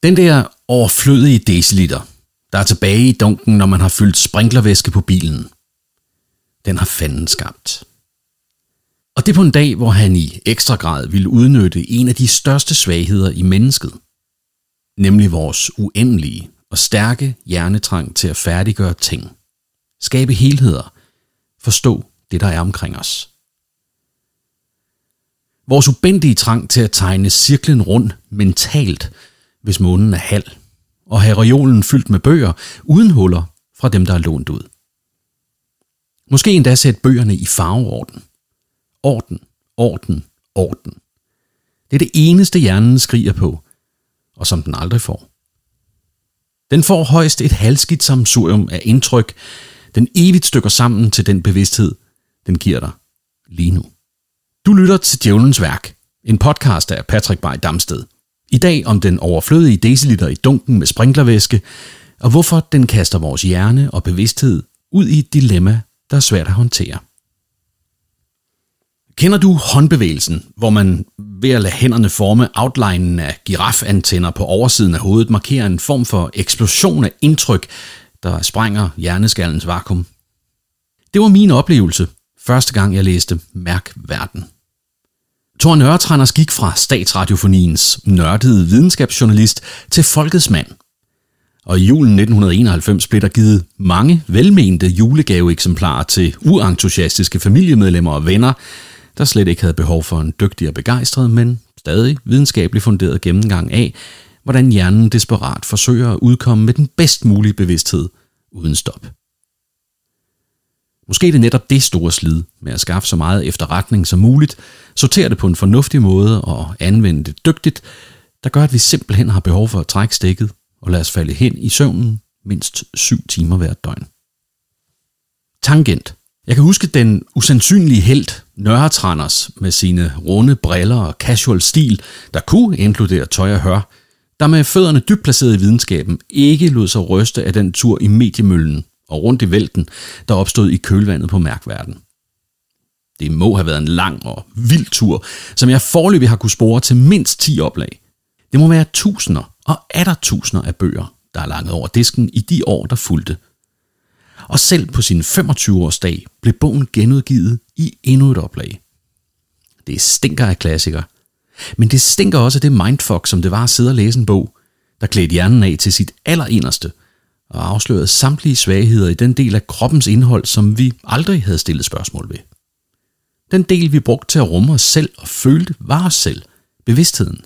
Den der overflødige deciliter, der er tilbage i dunken, når man har fyldt sprinklervæske på bilen, den har fanden skabt. Og det på en dag, hvor han i ekstra grad ville udnytte en af de største svagheder i mennesket, nemlig vores uendelige og stærke hjernetrang til at færdiggøre ting, skabe helheder, forstå det, der er omkring os. Vores ubændige trang til at tegne cirklen rundt mentalt, hvis månen er halv, og have reolen fyldt med bøger uden huller fra dem, der er lånt ud. Måske endda sætte bøgerne i farveorden. Orden, orden, orden. Det er det eneste hjernen skriger på, og som den aldrig får. Den får højst et halvskidt sammensurium af indtryk, den evigt stykker sammen til den bevidsthed, den giver dig lige nu. Du lytter til Djævelens Værk, en podcast af Patrick Bay Damsted. I dag om den overflødige deciliter i dunken med sprinklervæske, og hvorfor den kaster vores hjerne og bevidsthed ud i et dilemma, der er svært at håndtere. Kender du håndbevægelsen, hvor man ved at lade hænderne forme outlinen af girafantenner på oversiden af hovedet markerer en form for eksplosion af indtryk, der sprænger hjerneskallens vakuum? Det var min oplevelse, første gang jeg læste Mærk Verden. Thor Nørretranders gik fra Statsradiofoniens nørdede videnskabsjournalist til folkets mand. Og i julen 1991 blev der givet mange velmente julegaveeksemplarer til uentusiastiske familiemedlemmer og venner, der slet ikke havde behov for en dygtig og begejstret, men stadig videnskabeligt funderet gennemgang af, hvordan hjernen desperat forsøger at udkomme med den bedst mulige bevidsthed uden stop. Måske er det netop det store slid med at skaffe så meget efterretning som muligt, sortere det på en fornuftig måde og anvende det dygtigt, der gør, at vi simpelthen har behov for at trække stikket og lade os falde hen i søvnen mindst 7 timer hvert døgn. Tangent. Jeg kan huske den usandsynlige helt Nørretranders med sine runde briller og casual stil, der kunne inkludere tøj og hør, der med fødderne dybt placeret i videnskaben ikke lod sig ryste af den tur i mediemøllen og rundt i vælten, der opstod i kølvandet på Mærk Verden. Det må have været en lang og vild tur, som jeg foreløbig har kunne spore til mindst 10 oplag. Det må være tusinder og atter tusinder af bøger, der er langet over disken i de år, der fulgte. Og selv på sin 25-årsdag blev bogen genudgivet i endnu et oplag. Det stinker af klassikere, men det stinker også af det mindfuck, som det var at sidde og læse en bog, der klædte hjernen af til sit allerinderste og afslørede samtlige svagheder i den del af kroppens indhold, som vi aldrig havde stillet spørgsmål ved. Den del, vi brugte til at rumme os selv og følte, var os selv, bevidstheden.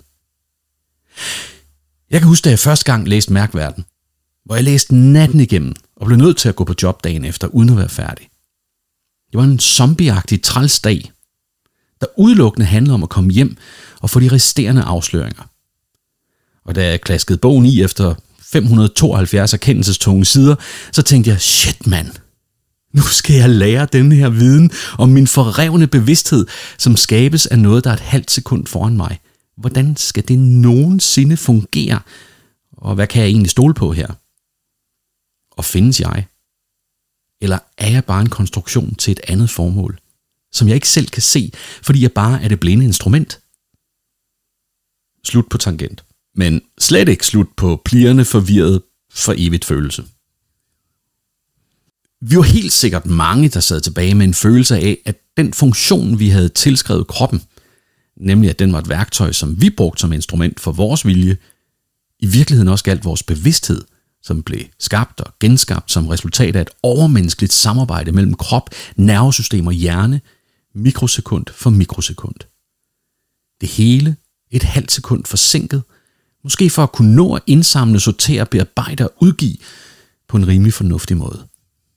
Jeg kan huske, da jeg første gang læste Mærk Verden, hvor jeg læste natten igennem og blev nødt til at gå på job dagen efter, uden at være færdig. Det var en zombieagtig trælsdag, der udelukkende handlede om at komme hjem og få de resterende afsløringer. Og da jeg klaskede bogen i efter 572 erkendelsestunge sider, så tænkte jeg, shit mand, nu skal jeg lære denne her viden om min forrevne bevidsthed, som skabes af noget, der er et halvt sekund foran mig. Hvordan skal det nogensinde fungere? Og hvad kan jeg egentlig stole på her? Og findes jeg? Eller er jeg bare en konstruktion til et andet formål, som jeg ikke selv kan se, fordi jeg bare er det blinde instrument? Slut på tangent. Men slet ikke slut på plirrende forvirret for evigt følelse. Vi var helt sikkert mange, der sad tilbage med en følelse af, at den funktion, vi havde tilskrevet kroppen, nemlig at den var et værktøj, som vi brugte som instrument for vores vilje, i virkeligheden også galt vores bevidsthed, som blev skabt og genskabt som resultat af et overmenneskeligt samarbejde mellem krop, nervesystem og hjerne, mikrosekund for mikrosekund. Det hele et halvt sekund forsinket, måske for at kunne nå at indsamle, sortere, bearbejde og udgive på en rimelig fornuftig måde.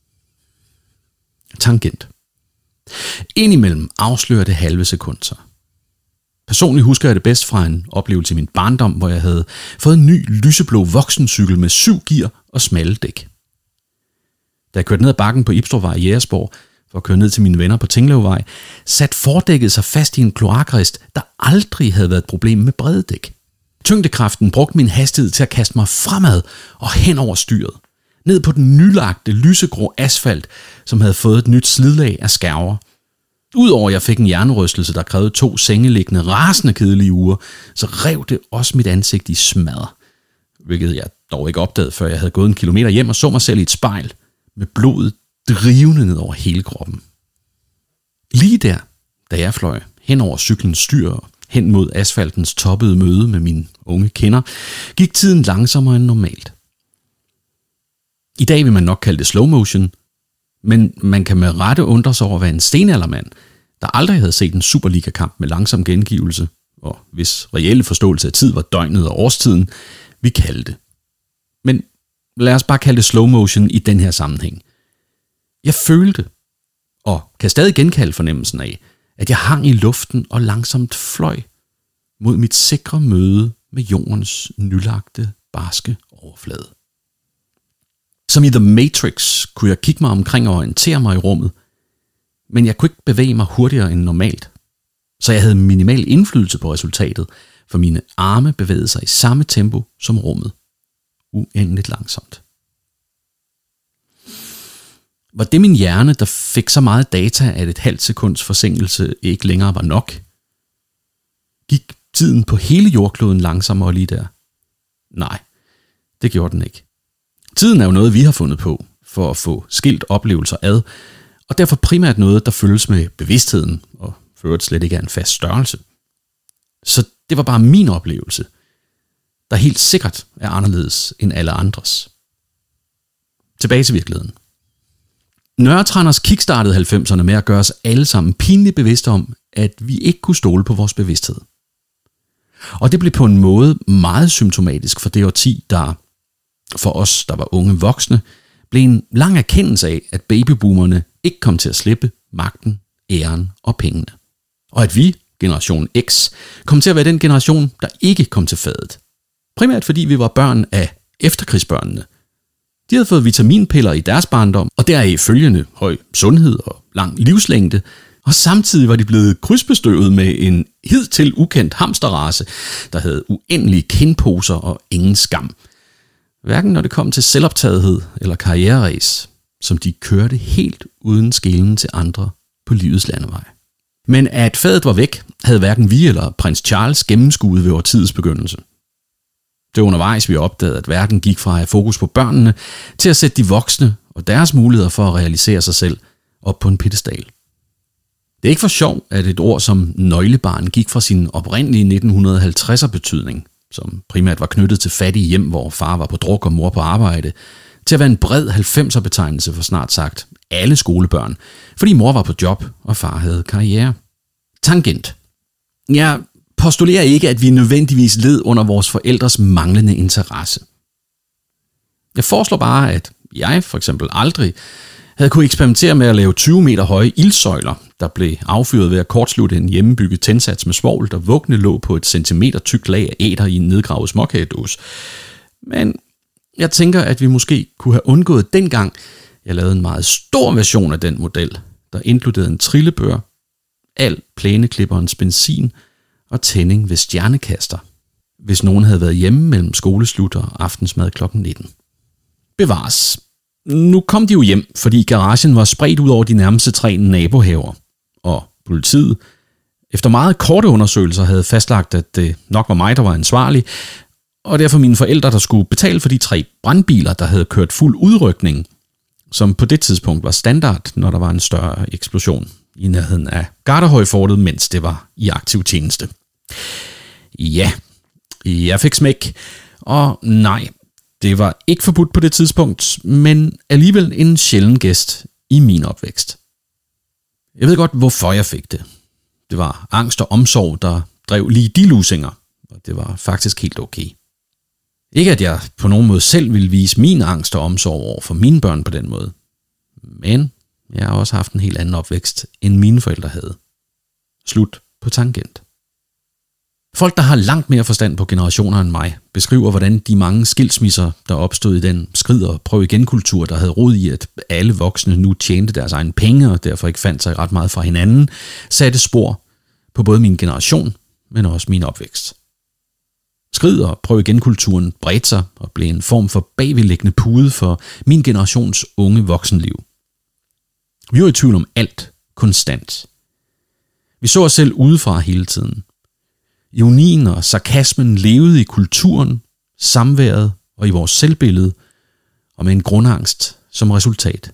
Tangent. Indimellem afslører det halve sekund sig. Personligt husker jeg det bedst fra en oplevelse i min barndom, hvor jeg havde fået en ny lyseblå voksencykel med 7 gear og smalle dæk. Da jeg kørte ned ad bakken på Ibstrupvej i Jægersborg for at køre ned til mine venner på Tinglevvej, satte fordækket sig fast i en kloakrist, der aldrig havde været et problem med brede dæk. Tyngdekraften brugte min hastighed til at kaste mig fremad og hen over styret, ned på den nylagte lysegrå asfalt, som havde fået et nyt slidlag af skærver. Udover at jeg fik en hjernerystelse, der krævede 2 sengeliggende, rasende kedelige uger, så rev det også mit ansigt i smadder. hvilket jeg dog ikke opdagede, før jeg havde gået 1 kilometer hjem og så mig selv i et spejl med blodet drivende ned over hele kroppen. Lige der, da jeg fløj hen over cyklens styr og hen mod asfaltens toppede møde med mine unge kender, gik tiden langsommere end normalt. I dag vil man nok kalde det slow motion, men man kan med rette undre sig over, hvad en stenaldermand, der aldrig havde set en Superliga-kamp med langsom gengivelse, og hvis reelle forståelse af tid var døgnet og årstiden, vi kalde det. Men lad os bare kalde det slow motion i den her sammenhæng. Jeg følte, og kan stadig genkalde fornemmelsen af, at jeg hang i luften og langsomt fløj mod mit sikre møde med jordens nylagte, barske overflade. Som i The Matrix kunne jeg kigge mig omkring og orientere mig i rummet, men jeg kunne ikke bevæge mig hurtigere end normalt. Så jeg havde minimal indflydelse på resultatet, for mine arme bevægede sig i samme tempo som rummet. Uendeligt langsomt. Var det min hjerne, der fik så meget data, at et halvt sekunds forsinkelse ikke længere var nok? Gik tiden på hele jordkloden langsommere lige der? Nej, det gjorde den ikke. Tiden er jo noget, vi har fundet på for at få skilt oplevelser ad, og derfor primært noget, der følges med bevidstheden, og for øvrigt slet ikke er en fast størrelse. Så det var bare min oplevelse, der helt sikkert er anderledes end alle andres. Tilbage til virkeligheden. Nørretranders kickstartede 90'erne med at gøre os alle sammen pinligt bevidste om, at vi ikke kunne stole på vores bevidsthed. Og det blev på en måde meget symptomatisk for det årti, der for os, der var unge voksne, blev en lang erkendelse af, at babyboomerne ikke kom til at slippe magten, æren og pengene. Og at vi, generation X, kom til at være den generation, der ikke kom til fadet. Primært fordi vi var børn af efterkrigsbørnene. De havde fået vitaminpiller i deres barndom, og deraf følgende høj sundhed og lang livslængde, og samtidig var de blevet krydsbestøvet med en hidtil ukendt hamsterrace, der havde uendelige kindposer og ingen skam. Hverken når det kom til selvoptagethed eller karriereræs, som de kørte helt uden skelen til andre på livets landevej. Men at fadet var væk, havde hverken vi eller prins Charles gennemskuet ved årtidets begyndelse. Det var undervejs, vi opdagede, at verden gik fra at have fokus på børnene til at sætte de voksne og deres muligheder for at realisere sig selv op på en piedestal. Det er ikke for sjov, at et ord som nøglebarn gik fra sin oprindelige 1950'er betydning, som primært var knyttet til fattige hjem, hvor far var på druk og mor på arbejde, til at være en bred 90'er betegnelse for snart sagt alle skolebørn, fordi mor var på job og far havde karriere. Tangent. Jeg postulerer ikke, at vi nødvendigvis led under vores forældres manglende interesse. Jeg foreslår bare, at jeg for eksempel aldrig havde kunne eksperimentere med at lave 20 meter høje ildsøjler, der blev affyret ved at kortslutte en hjemmebygget tændsats med svovl, der vuggende lå på et centimeter tykt lag af æter i en nedgravet småkagedåse. Men jeg tænker, at vi måske kunne have undgået dengang, jeg lavede en meget stor version af den model, der inkluderede en trillebør, al plæneklipperens benzin og tænding ved stjernekaster, hvis nogen havde været hjemme mellem skoleslut og aftensmad kl. 19. Bevares. Nu kom de jo hjem, fordi garagen var spredt ud over de nærmeste 3 nabohaver, og politiet, efter meget korte undersøgelser, havde fastlagt, at det nok var mig, der var ansvarlig, og derfor mine forældre, der skulle betale for de 3 brandbiler, der havde kørt fuld udrykning, som på det tidspunkt var standard, når der var en større eksplosion i nærheden af Garderhøjfortet, mens det var i aktiv tjeneste. Ja, jeg fik smæk, og nej, det var ikke forbudt på det tidspunkt, men alligevel en sjælden gæst i min opvækst. Jeg ved godt, hvorfor jeg fik det. Det var angst og omsorg, der drev lige de lusinger, og det var faktisk helt okay. Ikke at jeg på nogen måde selv ville vise min angst og omsorg over for mine børn på den måde, men jeg har også haft en helt anden opvækst, end mine forældre havde. Slut på tangent. Folk, der har langt mere forstand på generationer end mig, beskriver, hvordan de mange skilsmisser, der opstod i den skrid- og prøv-igen-kultur, der havde rod i, at alle voksne nu tjente deres egne penge og derfor ikke fandt sig ret meget fra hinanden, satte spor på både min generation, men også min opvækst. Skrid- og prøv-igen-kulturen bredte sig og blev en form for bagvedliggende pude for min generations unge voksenliv. Vi var i tvivl om alt, konstant. Vi så os selv udefra hele tiden. Ironien og sarkasmen levede i kulturen, samværet og i vores selvbillede, og med en grundangst som resultat.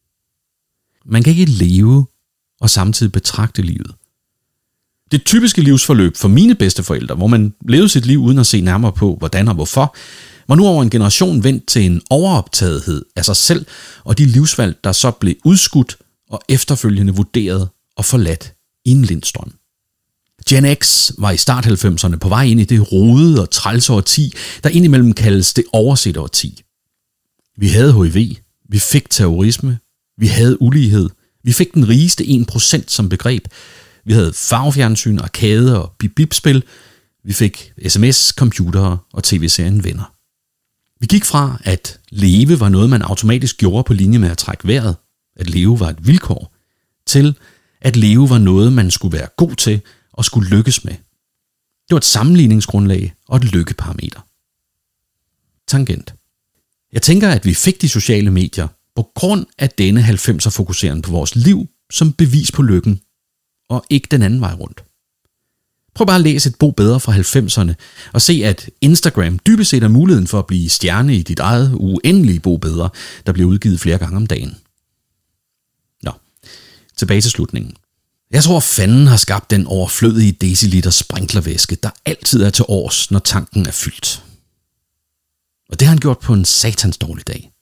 Man kan ikke leve og samtidig betragte livet. Det typiske livsforløb for mine bedsteforældre, hvor man levede sit liv uden at se nærmere på, hvordan og hvorfor, var nu over en generation vendt til en overoptagethed af sig selv og de livsvalg, der så blev udskudt og efterfølgende vurderet og forladt i en lindstrøm. Gen X var i start 90'erne på vej ind i det rodede og trælse årti, der indimellem kaldes det oversete årti. Vi havde HIV, vi fik terrorisme, vi havde ulighed, vi fik den rigeste 1% som begreb, vi havde farvefjernsyn, arcade og bip-bip-spil, vi fik sms, computere og tv-serien Venner. Vi gik fra, at leve var noget, man automatisk gjorde på linje med at trække vejret, at leve var et vilkår, til at leve var noget, man skulle være god til og skulle lykkes med. Det var et sammenligningsgrundlag og et lykkeparameter. Tangent. Jeg tænker, at vi fik de sociale medier på grund af denne 90'er fokuseren på vores liv som bevis på lykken, og ikke den anden vej rundt. Prøv bare at læse et Bo Bedre fra 90'erne og se, at Instagram dybest set er muligheden for at blive stjerne i dit eget uendelige Bo Bedre, der bliver udgivet flere gange om dagen. Nå, tilbage til slutningen. Jeg tror, fanden har skabt den overflødige deciliter sprinklervæske, der altid er til års, når tanken er fyldt. Og det har han gjort på en satans dårlig dag.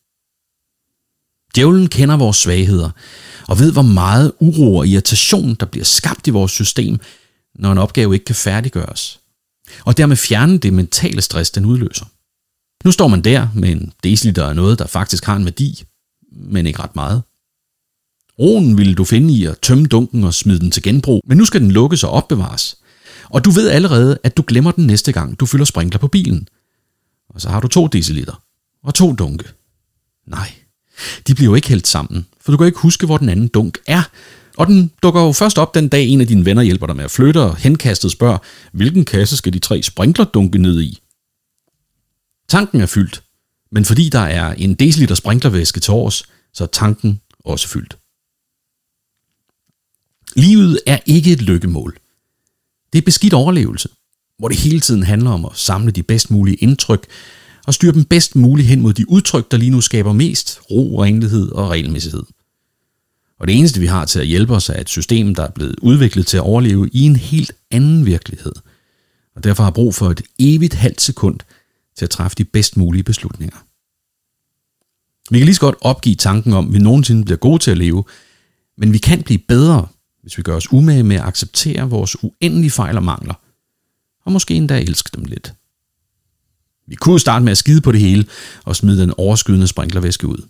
Djævlen kender vores svagheder og ved, hvor meget uro og irritation, der bliver skabt i vores system, når en opgave ikke kan færdiggøres. Og dermed fjerne det mentale stress, den udløser. Nu står man der med en deciliter af noget, der faktisk har en værdi, men ikke ret meget. Roen ville du finde i at tømme dunken og smide den til genbrug, men nu skal den lukkes og opbevares. Og du ved allerede, at du glemmer den næste gang, du fylder sprinkler på bilen. Og så har du 2 deciliter og 2 dunke. Nej, de bliver jo ikke hældt sammen, for du kan ikke huske, hvor den anden dunk er. Og den dukker jo først op den dag, en af dine venner hjælper dig med at flytte, og henkastet spørger, hvilken kasse skal de 3 sprinklerdunke ned i? Tanken er fyldt, men fordi der er en deciliter sprinklervæske til års, så er tanken også fyldt. Livet er ikke et lykkemål. Det er beskidt overlevelse, hvor det hele tiden handler om at samle de bedst mulige indtryk og styre dem bedst muligt hen mod de udtryk, der lige nu skaber mest ro, renlighed og regelmæssighed. Og det eneste, vi har til at hjælpe os, er et system, der er blevet udviklet til at overleve i en helt anden virkelighed, og derfor har brug for et evigt halvt sekund til at træffe de bedst mulige beslutninger. Vi kan lige så godt opgive tanken om, at vi nogensinde bliver gode til at leve, men vi kan blive bedre, hvis vi gør os umage med at acceptere vores uendelige fejl og mangler, og måske endda elske dem lidt. Vi kunne starte med at skide på det hele og smide den overskydende sprinklervæske ud.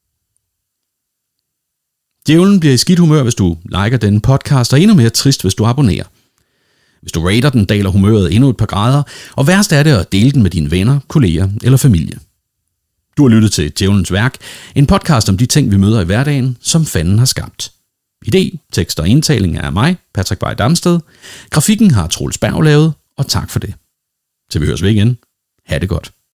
Djævlen bliver i skidt humør, hvis du liker denne podcast, og endnu mere trist, hvis du abonnerer. Hvis du rater den, daler humøret endnu et par grader, og værst er det at dele den med dine venner, kolleger eller familie. Du har lyttet til Djævelens Værk, en podcast om de ting, vi møder i hverdagen, som fanden har skabt. Idé, tekst og indtaling er af mig, Patrick Bay Damsted. Grafikken har Troels Berg lavet, og tak for det. Til vi høres ved igen. Ha' det godt.